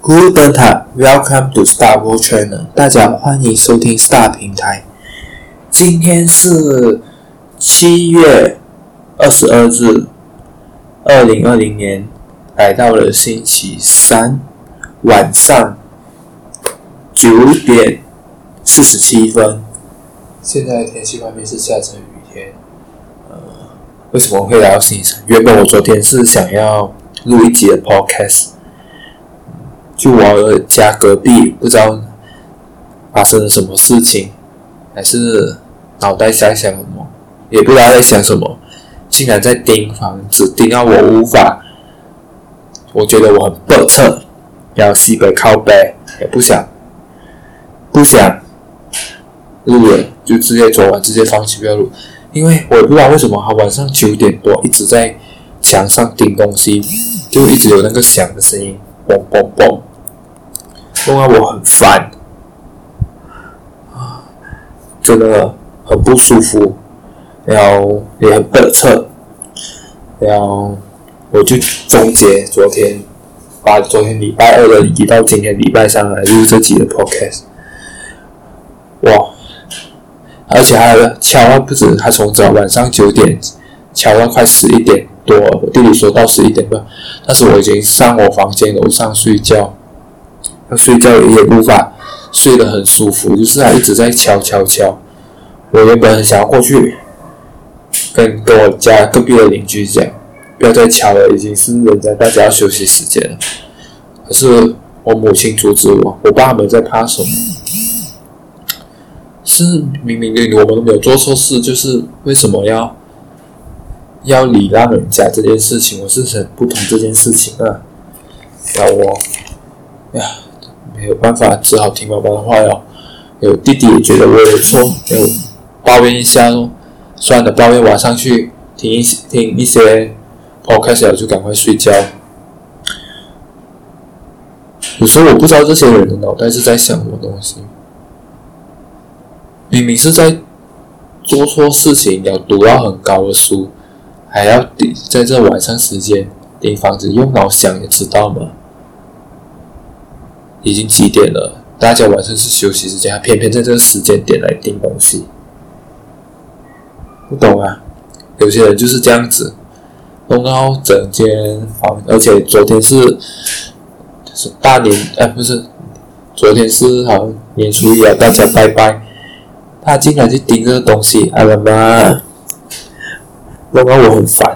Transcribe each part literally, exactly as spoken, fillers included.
Guten Tag, welcome to Star World Channel。大家好，欢迎收听 Star 平台。今天是七月二十二日，二零二零年，来到了星期三晚上九点四十七分。现在天气外面是下着雨天。呃，为什么会来到星期三？原本我昨天是想要录一集的 podcast。就我家隔壁，不知道发生了什么事情，还是脑袋在想什么，也不知道在想什么，竟然在盯房子，盯到我无法，我觉得我很不测，要西北靠北，也不想，不想录了，就直接昨晚直接放弃不要录，因为我也不知道为什么，他晚上九点多一直在墙上钉东西，就一直有那个响的声音，嘣嘣嘣。弄到我很烦，真的很不舒服，然后也很不测，然后我就总结昨天，把昨天礼拜二的移到今天礼拜三来录这集的 podcast， 哇！而且还敲到不止，他从早晚上九点敲到快十一点多，我弟弟说到十一点半，但是我已经上我房间楼上睡觉。睡觉也无法睡得很舒服，就是他一直在敲敲敲。我原本很想要过去跟跟我家隔壁的邻居讲，不要再敲了，已经是人家大家要休息时间了。可是我母亲阻止我，我爸他们在怕什么？是明明我们都没有做错事，就是为什么要要礼让人家这件事情？我是很不懂这件事情啊。然后我呀。没有办法，只好听爸爸的话了。有弟弟也觉得我有错，有抱怨一下咯。算了，抱怨晚上去听一听一些 podcast 了，就赶快睡觉。有时候我不知道这些人的脑袋是在想什么东西。明明是在做错事情，要读到很高的书，还要在这晚上时间盯房子，用脑想也知道吗？已经几点了？大家晚上是休息时间，他偏偏在这个时间点来订东西，不懂啊！有些人就是这样子，弄到整间房，而且昨天是是大年，哎，不是，昨天是好像年初一啊，大家拜拜，他竟然去盯这个东西，哎呀妈，弄到我很烦，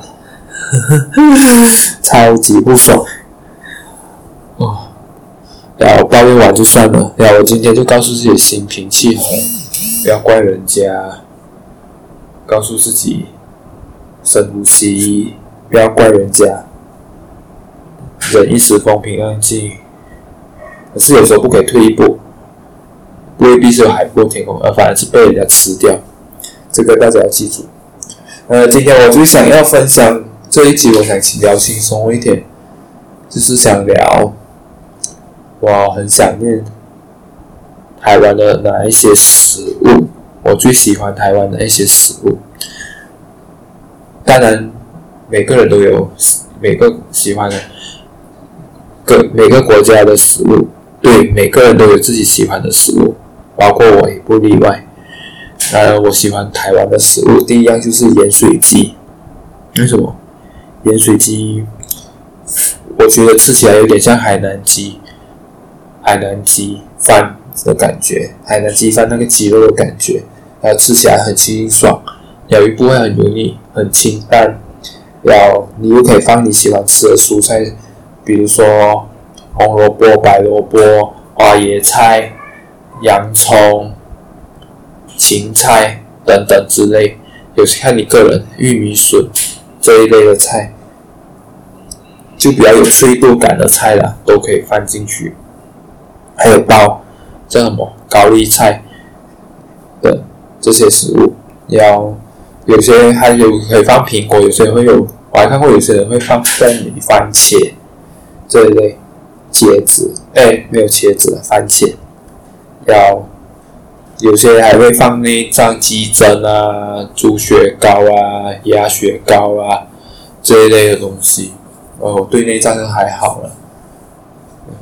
超级不爽，哦。然后抱怨完就算了，然后我今天就告诉自己心平气和，不要怪人家，告诉自己深呼吸，不要怪人家，忍一时风平浪静。可是有时候不可以退一步，未必是有海阔天空，而反而是被人家吃掉，这个大家要记住。呃，今天我就想要分享这一集，我想聊轻松一点，就是想聊。我很想念台湾的哪一些食物，我最喜欢台湾的一些食物。当然，每个人都有每个喜欢的，各每个国家的食物，对，每个人都有自己喜欢的食物，包括我也不例外。呃，我喜欢台湾的食物，第一样就是盐水鸡。为什么？盐水鸡，我觉得吃起来有点像海南鸡。海南鸡饭的感觉，海南鸡饭那个鸡肉的感觉，然后吃起来很清爽，咬一不会很油腻，很清淡，然后你又可以放你喜欢吃的蔬菜，比如说红萝卜、白萝卜、花椰菜、洋葱、芹菜等等之类，有时看你个人，玉米笋这一类的菜，就比较有水度感的菜啦，都可以放进去。还有包叫什么高丽菜的这些食物，要有些还有可以放苹果，有些会有，我还看过有些人会放凤梨、番茄这一类，茄子，哎，没有茄子了，番茄，要有些还会放内脏、鸡胗啊、猪血糕啊、鸭血糕啊这一类的东西。哦，对内脏就还好了。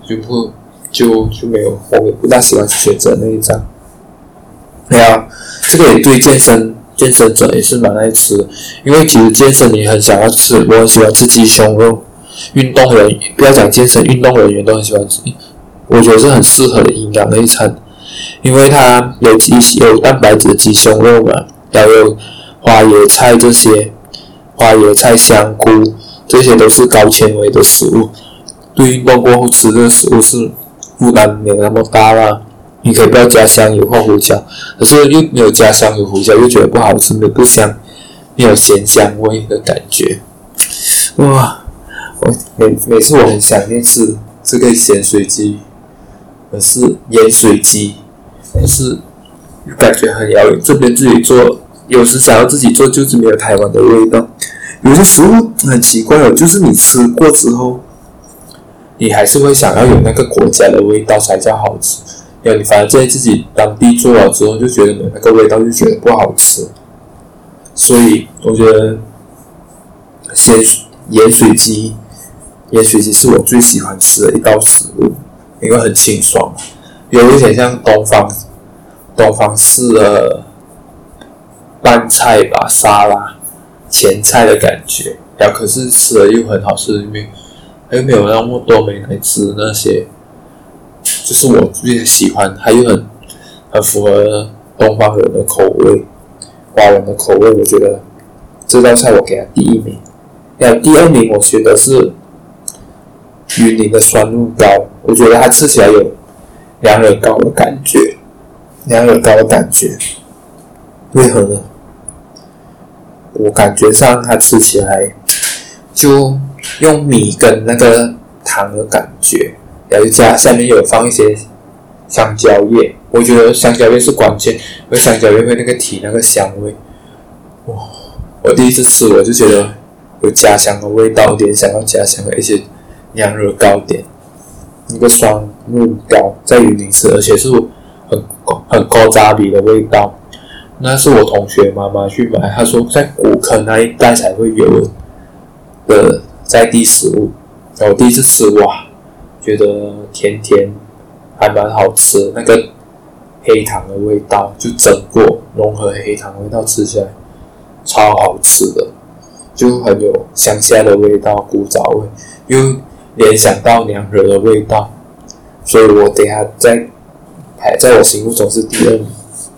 就不就就没有，我不大喜欢选择那一张。对啊，这个也对健身健身者也是蛮爱吃的，因为其实健身你很想要吃，我很喜欢吃鸡胸肉。运动人不要讲健身，运动人员都很喜欢吃，我觉得是很适合的营养的一餐，因为它有鸡有蛋白质的鸡胸肉嘛，还有花椰菜这些，花椰菜、香菇这些都是高纤维的食物，对运动过后吃这个食物是负担没有那么大啦。你可以不要加香油或胡椒，可是又没有加香油胡椒，又觉得不好吃，没有不香，没有咸香味的感觉。哇！我每每次我很想念吃这个咸水鸡，可是盐水鸡，可是感觉很遥远。这边自己做，有时想要自己做，就是没有台湾的味道。有些食物很奇怪哦，就是你吃过之后，你还是会想要有那个国家的味道才叫好吃。因为你反而在自己当地做了之后，就觉得没有那个味道，就觉得不好吃。所以我觉得咸盐水鸡。盐水鸡是我最喜欢吃的一道食物，因为很清爽，有一点像东方东方式的拌菜吧，沙拉、前菜的感觉。然后可是吃了又很好吃，因为又没有那么多美乃滋那些，就是我最喜欢，还有很很符合东方人的口味，华人的口味。我觉得这道菜我给它第一名，然后第二名我觉得是云林的酸露糕，我觉得它吃起来有娘惹糕的感觉，娘惹糕的感觉，为何呢？我感觉上它吃起来就用米跟那个糖的感觉，然后加下面有放一些香蕉叶，我觉得香蕉叶是关键，因为香蕉叶会那个提那个香味。哇！我第一次吃我就觉得有家乡的味道，联想到家乡的一些娘惹糕点，那个酸露糕在云林吃，而且是很很高渣比的味道。那是我同学妈妈去买，她说在古坑那一带才会有的在地食物。然后我第一次吃，哇，觉得甜甜，还蛮好吃。那个黑糖的味道就整过融合黑糖的味道，吃起来超好吃的，就很有乡下的味道，古早味，又联想到娘惹的味道，所以我等下在排在我心目中是第二名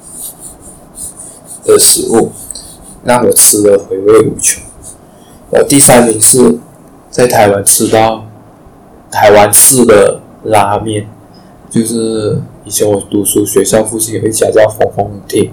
的食物，让我吃的回味无穷。然后第三名是在台湾吃到台湾式的拉面，就是以前我读书学校附近有一家叫风风亭，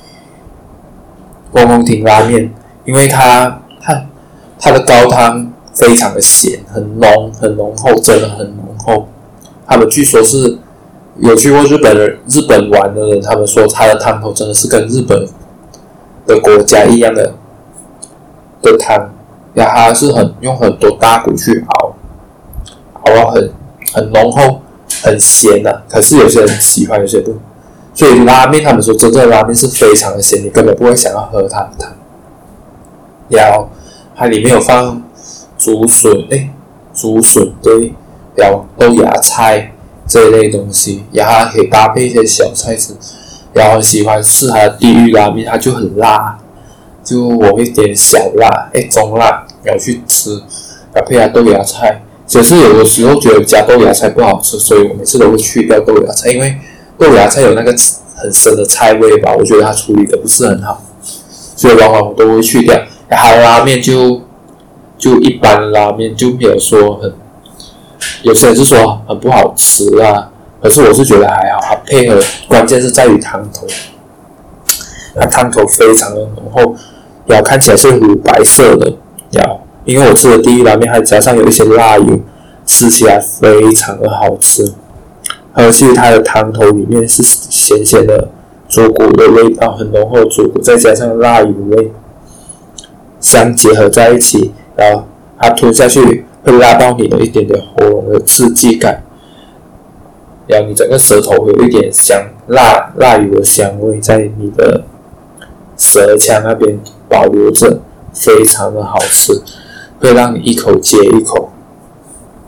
风风亭拉面，因为它它它的高汤非常的咸，很浓很浓厚，真的很浓厚。他们据说是有去过日本人日本玩的人，他们说它的汤头真的是跟日本的国家一样的的汤，然后它是很用很多大骨去熬，熬到很很浓厚，很咸啊。可是有些人喜欢，有些人不。所以拉面，他们说真正的拉面是非常的咸，你根本不会想要喝它的汤。然后它里面有放竹笋，哎，竹笋对，然后豆芽菜这一类东西，然后它可以搭配一些小菜吃。然后很喜欢吃它的地狱拉面，它就很辣，就我会点小辣，哎，中辣，然后去吃，然后配它豆芽菜。只是有的时候觉得加豆芽菜不好吃，所以我每次都会去掉豆芽菜，因为豆芽菜有那个很深的菜味吧，我觉得它处理的不是很好，所以往往我都会去掉。然后拉面就就一般的拉面，就没有说很，有些人是说很不好吃啊。可是我是觉得还好，它配合关键是在于汤头，它汤头非常的浓厚，然后看起来是乳白色的，然后因为我吃的地狱拉面还加上有一些辣油，吃起来非常的好吃，而且它的汤头里面是咸咸的猪骨的味道，很浓厚的猪骨，再加上辣油味相结合在一起，然后它吞下去会辣到你的一点点喉咙的刺激感。然后你整个舌头会有一点香辣辣油的香味在你的舌腔那边保留着，非常的好吃，会让你一口接一口。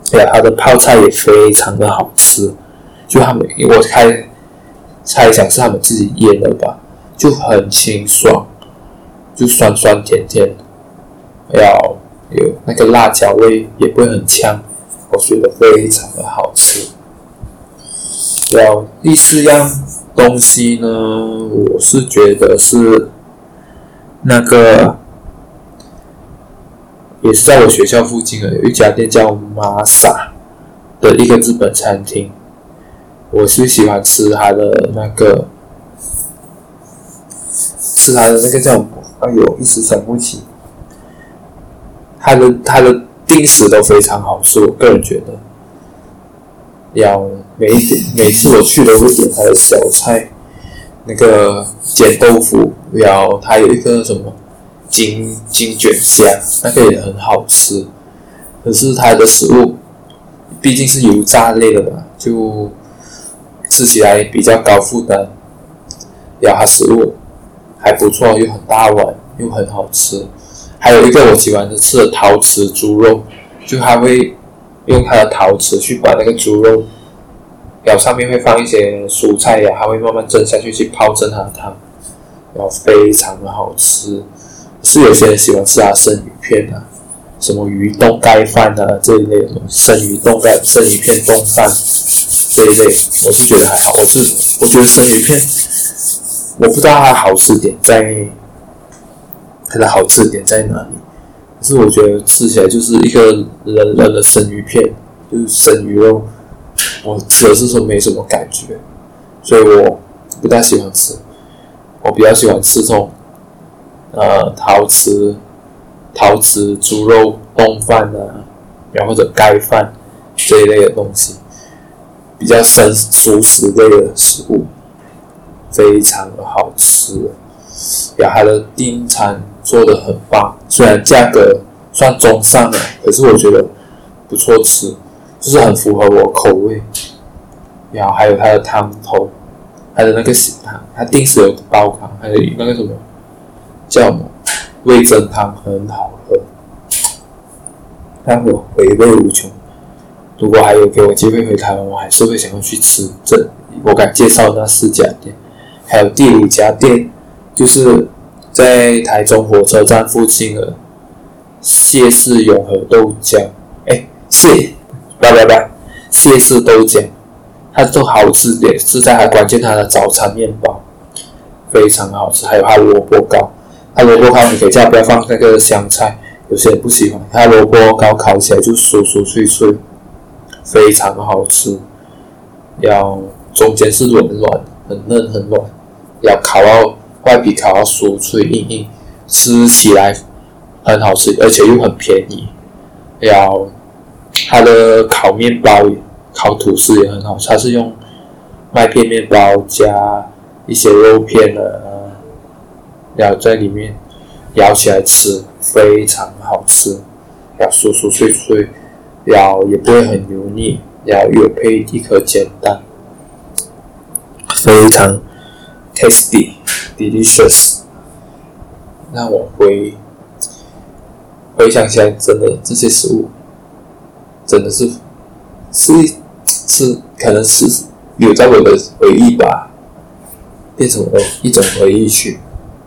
哎呀，它的泡菜也非常的好吃，就他们我猜猜想是他们自己腌的吧，就很清爽，就酸酸甜甜，要有那个辣椒味也不会很呛，我觉得非常的好吃。要第四样东西呢，我是觉得是那个也是在我学校附近的有一家店叫玛莎的一个日本餐厅，我最喜欢吃它的那个吃它的那个叫什么？哎呦，一时想不起。它的它的定食都非常好吃，我个人觉得。要每一点每次我去都会点它的小菜，那个煎豆腐，要它有一个什么金金卷虾，那个也很好吃。可是它的食物毕竟是油炸类的嘛，就吃起来比较高负担。然后它食物还不错，又很大碗，又很好吃。还有一个我喜欢的吃的陶瓷猪肉，就它会用它的陶瓷去把那个猪肉，然后上面会放一些蔬菜呀，它会慢慢蒸下去去泡蒸它的汤，然后非常的好吃。是有些人喜欢吃它的生鱼片啊，什么鱼冻盖饭啊这一类的东西，生鱼冻盖、生鱼片冻饭这一类，我是觉得还好。我是我觉得生鱼片，我不知道它好吃点在它的好吃点在哪里。可是我觉得吃起来就是一个人人的生鱼片，就是生鱼肉，我吃的是说没什么感觉，所以我不大喜欢吃。我比较喜欢吃这种呃陶瓷陶瓷猪肉冻饭啊，然后或者盖饭这一类的东西，比较生熟食类的食物，非常的好吃。然后它的订餐做得很棒，虽然价格算中上了，可是我觉得不错吃，就是很符合我口味。然后还有它的汤头，它的那个汤，它定时有煲汤，还有那个什么叫什么味噌汤，很好喝，让我回味无穷。如果还有给我机会回台湾，我还是会想要去吃这我刚介绍的那四家店。还有第五家店，就是在台中火车站附近的谢氏永和豆浆，哎，谢，不不不，谢氏豆浆，它都好吃点是在它关键它的早餐面包非常好吃，还有它萝卜糕，它萝卜糕你可以叫不要放那个香菜，有些人不喜欢，它萝卜糕烤起来就酥酥脆脆，非常好吃，要中间是软软，很嫩很软，要烤到外皮烤到酥脆硬硬，吃起来很好吃，而且又很便宜。要它的烤面包、烤吐司也很好吃，它是用麦片面包加一些肉片啊，然后在里面咬起来吃，非常好吃，要酥酥脆脆，然后也不会很油腻，然后又配一颗煎蛋，非常 tasty delicious。让我回回想起来，真的这些食物真的是是是可能是有在我的回忆吧，变成我的一种回忆去。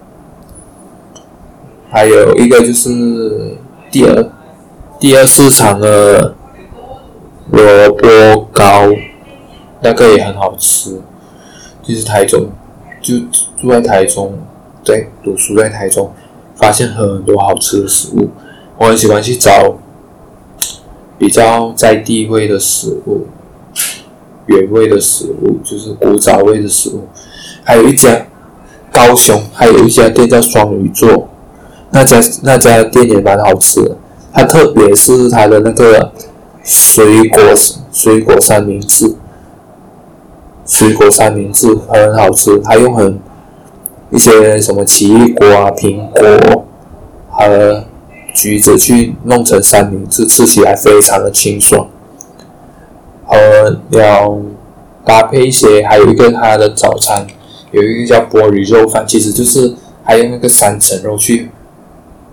还有一个就是第二第二市场的萝卜糕，那个也很好吃，就是台中，就住在台中，对，读书在台中，发现很多好吃的食物。我很喜欢去找比较在地味的食物，原味的食物，就是古早味的食物。还有一家高雄，还有一家店叫双鱼座，那家那家店也蛮好吃的。它特别是它的那个水果水果三明治，水果三明治很好吃，它用很一些什么奇异果啊、苹果和橘子去弄成三明治，吃起来非常的清爽。呃，要搭配一些，还有一个它的早餐有一个叫玻璃肉饭，其实就是还用那个三层肉去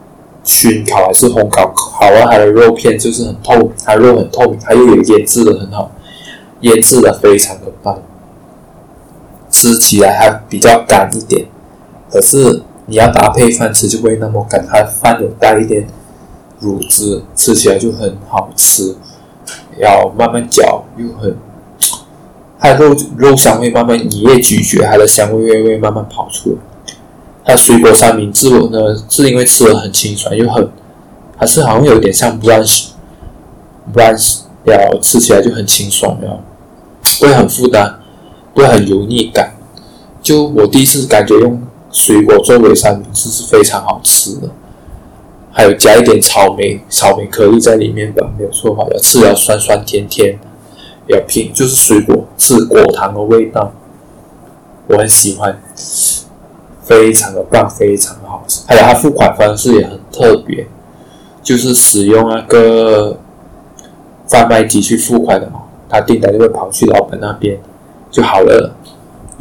熏烤还是烘烤好啊，它的肉片就是很透，它肉很透明，它又有腌制的很好，腌制的非常的棒，吃起来还比较干一点，可是你要搭配饭吃就不会那么干，它饭有带一点乳汁，吃起来就很好吃，要慢慢嚼又很，它的肉肉香会慢慢，你越咀嚼，它的香味会慢慢跑出来。它的水果三明治呢，是因为吃的很清爽又很，还是好像有点像 brunch brunch， 要吃起来就很清爽，要不会很负担，不会很油腻感。就我第一次感觉用水果作为三明治是非常好吃的，还有加一点草莓草莓颗粒在里面吧，没有错吧？要吃了酸酸甜甜，要拼就是水果是果糖的味道，我很喜欢，非常的棒，非常的好吃。还有它付款方式也很特别，就是使用那个贩卖机去付款的嘛，他订单就会跑去老板那边就好了，耶、yeah ！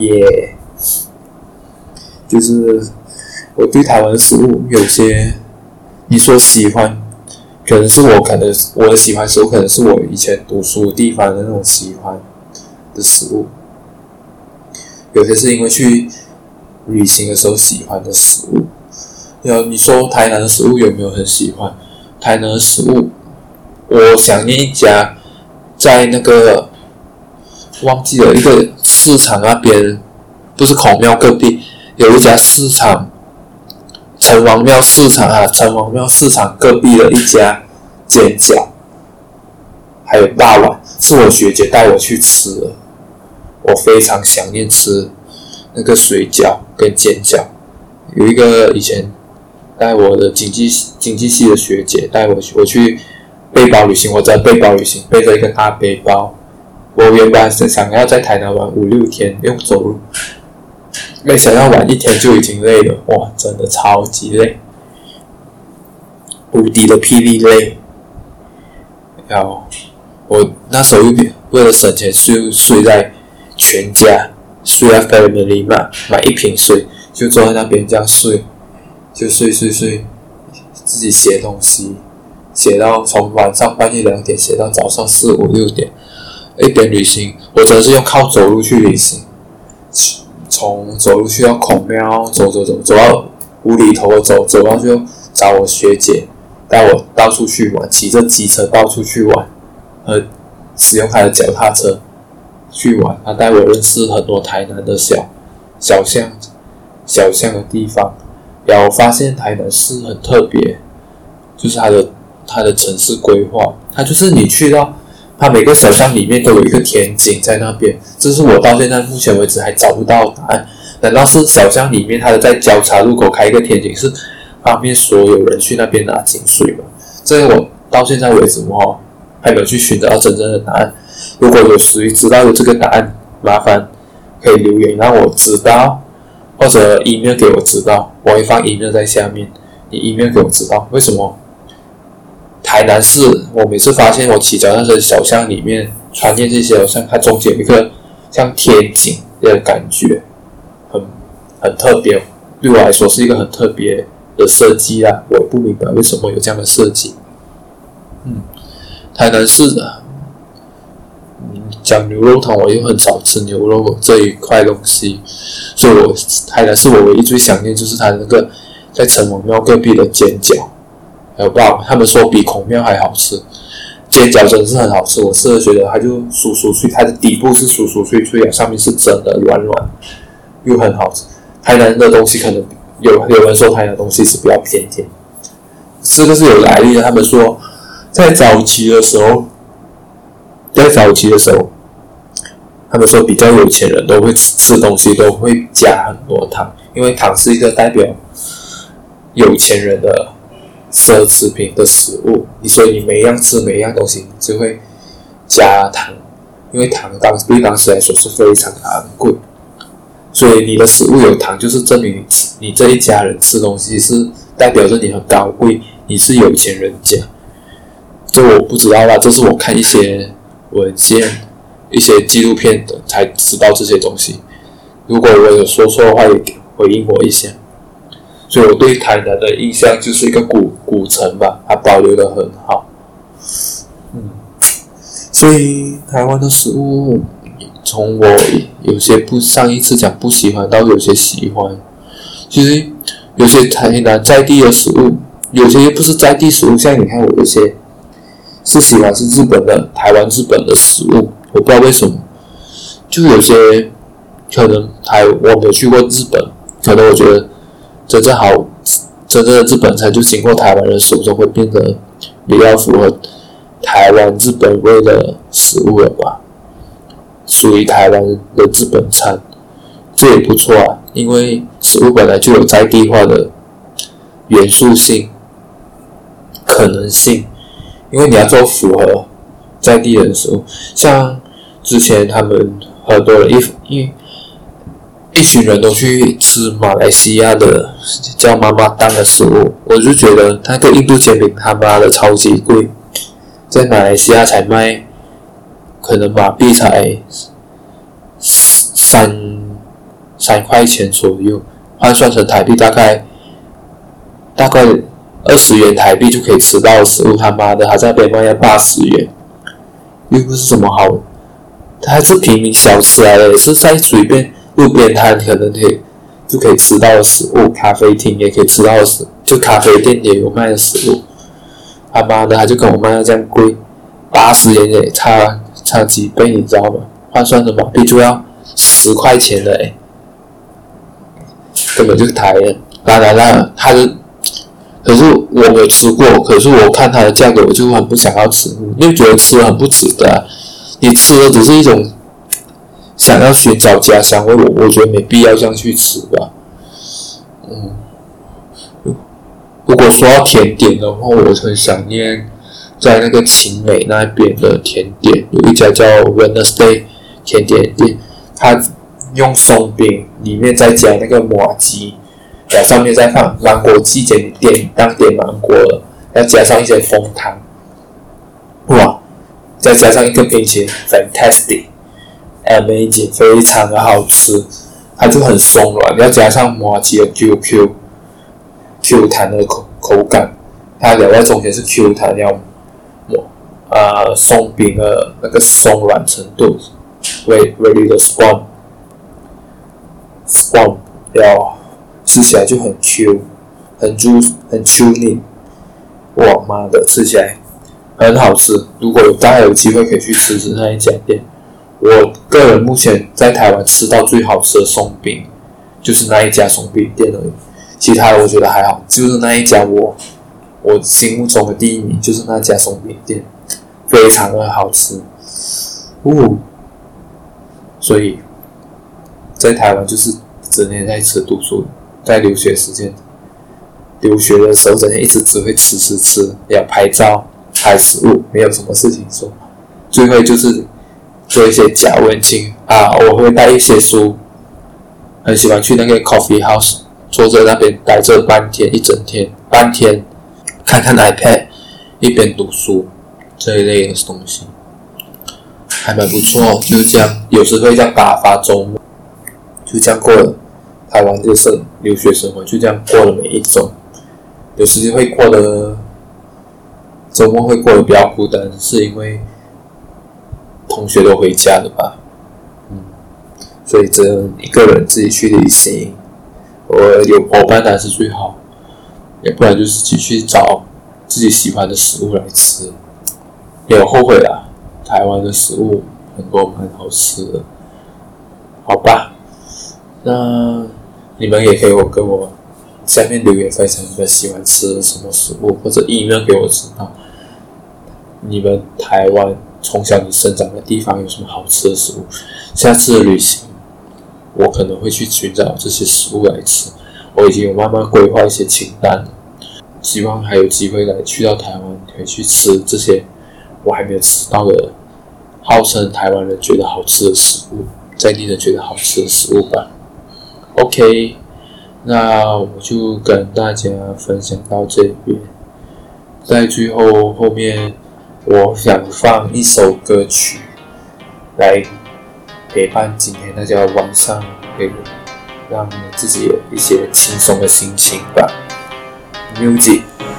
就是我对台湾的食物有些，你说喜欢，可能是我可能我的喜欢食物，可能是我以前读书地方的那种喜欢的食物，有些是因为去旅行的时候喜欢的食物。然后你说台南的食物有没有很喜欢？台南的食物，我想念一家在那个忘记了一个市场那边，不是孔庙隔壁有一家市场，城隍庙市场啊，城隍庙市场隔壁的一家煎饺，还有大碗，是我学姐带我去吃的，我非常想念吃那个水饺跟煎饺。有一个以前带我的经济经济系的学姐带我去，我去背包旅行，我在背包旅行背着一个大背包，我原本是想要在台南玩五六天用走路，没想到玩一天就已经累了，哇，真的超级累，无敌的霹雳累。然后我那时候为了省钱，就睡在全家，睡在 Family 嘛，买一瓶水，就坐在那边这样睡，就睡睡睡，自己写东西，写到从晚上半夜两点写到早上四五六点，一边旅行，我真的是用靠走路去旅行，从走路去到孔庙，走走走走到无厘头的走，走到就找我学姐带我到处去玩，骑着机车到处去玩，和使用她的脚踏车去玩，她带我认识很多台南的小小巷小巷的地方，然后发现台南市很特别，就是它的它的城市规划，它就是你去到它每个小巷里面都有一个田景在那边，这是我到现在目前为止还找不到答案。难道是小巷里面它的在交叉路口开一个田景，是方便所有人去那边拿井水吗？这个我到现在为止我还没有去寻找到真正的答案。如果有谁知道有这个答案，麻烦可以留言让我知道，或者 email 给我知道，我会放 email 在下面，你 email 给我知道为什么台南市，我每次发现我骑脚踏车小巷里面穿越这些小巷，它中间有一个像天井的感觉，很很特别，对我来说是一个很特别的设计啦，我也不明白为什么有这样的设计。嗯，台南市的，嗯，讲牛肉汤我又很少吃牛肉这一块东西，所以我台南市我唯一最想念就是它那个在城隍庙隔壁的煎饺。还有爸，他们说比孔庙还好吃，煎饺真的是很好吃，我吃了觉得它就酥酥脆，它的底部是酥酥脆脆，上面是真的软软，又很好吃。台南的东西可能有有人说台南的东西是比较偏甜，这个是有来历的。他们说在早期的时候，在早期的时候，他们说比较有钱人都会吃吃东西都会加很多糖，因为糖是一个代表有钱人的奢侈品的食物，所以你每一样吃每一样东西就会加糖，因为糖当对当时来说是非常昂贵，所以你的食物有糖，就是证明你这一家人吃东西是代表着你很高贵，你是有钱人家。这我不知道啦，这是我看一些文献、一些纪录片的才知道这些东西。如果我有说错的话，也回应我一下。 所以我对台南的印象就是一个古古城吧，它保留得很好。嗯，所以台湾的食物，从我有些不上一次讲不喜欢到有些喜欢，其实有些台南在地的食物，有些又不是在地食物，像你看我有些是喜欢是日本的台湾日本的食物，我不知道为什么，就有些可能台我没有去过日本，可能我觉得真正好真正的日本菜就经过台湾人手中会变得比较符合台湾日本味的食物了吧，属于台湾的日本餐，这也不错啊，因为食物本来就有在地化的元素性可能性，因为你要做符合在地人的食物，像之前他们很多人一一一群人都去吃马来西亚的叫妈妈档的食物，我就觉得那个印度煎饼他妈的超级贵，在马来西亚才卖可能马币才三三块钱左右，换算成台币大概大概二十元台币就可以吃到的食物，他妈的他在那边卖要八十元，又不是什么好，它是平民小吃来的，也是在随便路边摊可能可以就可以吃到的食物，咖啡厅也可以吃到的食物，就咖啡店也有卖的食物，他妈的他就跟我卖到这样贵，八十元也差差几倍你知道吗？换算成马币就要十块钱了诶，根本就是台人。当然啦，他的可是我没有吃过，可是我看它的价格我就很不想要吃，因为觉得吃了很不值得啊。你吃的只是一种想要寻找家乡味，我我觉得没必要这样去吃吧。嗯，如果说到甜点的话，我很想念在那个晴美那边的甜点，有一家叫 Wednesday 甜点店，它用松饼里面再加那个麻糬，然后上面再放芒果季节你点当点芒果了，要加上一些枫糖，哇，再加上一个冰淇淋 ，fantastic， amazing， 非常的好吃，它就很松软，要加上麻糬的 Q Q Q 弹的口口感，它咬在中间是 Q 弹，要呃松饼的那个松软程度 ，very the sponge sponge 要吃起来就很 Q， 很 juice， 很 chewy， 哇妈的，吃起来很好吃。如果大家有机会可以去吃吃那一家店。我个人目前在台湾吃到最好吃的松饼，就是那一家松饼店而已。其他的我觉得还好，就是那一家我我心目中的第一名就是那家松饼店，非常的好吃。哦，所以在台湾就是整天在吃读书，在留学时间，留学的时候整天一直只会吃吃吃，要拍照拍食物，没有什么事情做，最会就是做一些假文青啊，我会带一些书，很喜欢去那个 coffee house， 坐在那边待着半天一整天半天，看看 iPad， 一边读书这一类的东西，还蛮不错。就是这样，有时会这样打发周末，就这样过了。台湾这个留学生活就这样过了每一周，有时会过得周末会过得比较孤单，是因为同学都回家了吧，嗯，所以只能一个人自己去旅行。我有伙伴当然是最好，要不然就是自己去找自己喜欢的食物来吃。没有后悔啦，台湾的食物很多蛮好吃的，好吧？那你们也可以我跟我下面留言分享你们喜欢吃什么食物，或者 email 给我知道。你们台湾从小你生长的地方有什么好吃的食物？下次的旅行，我可能会去寻找这些食物来吃。我已经有慢慢规划一些清单了，希望还有机会来去到台湾，可以去吃这些我还没有吃到的，号称台湾人觉得好吃的食物，在地人觉得好吃的食物吧。OK， 那我就跟大家分享到这边，在最后后面。我想放一首歌曲来陪伴今天大家晚上，可以让自己有一些轻松的心情吧。Music。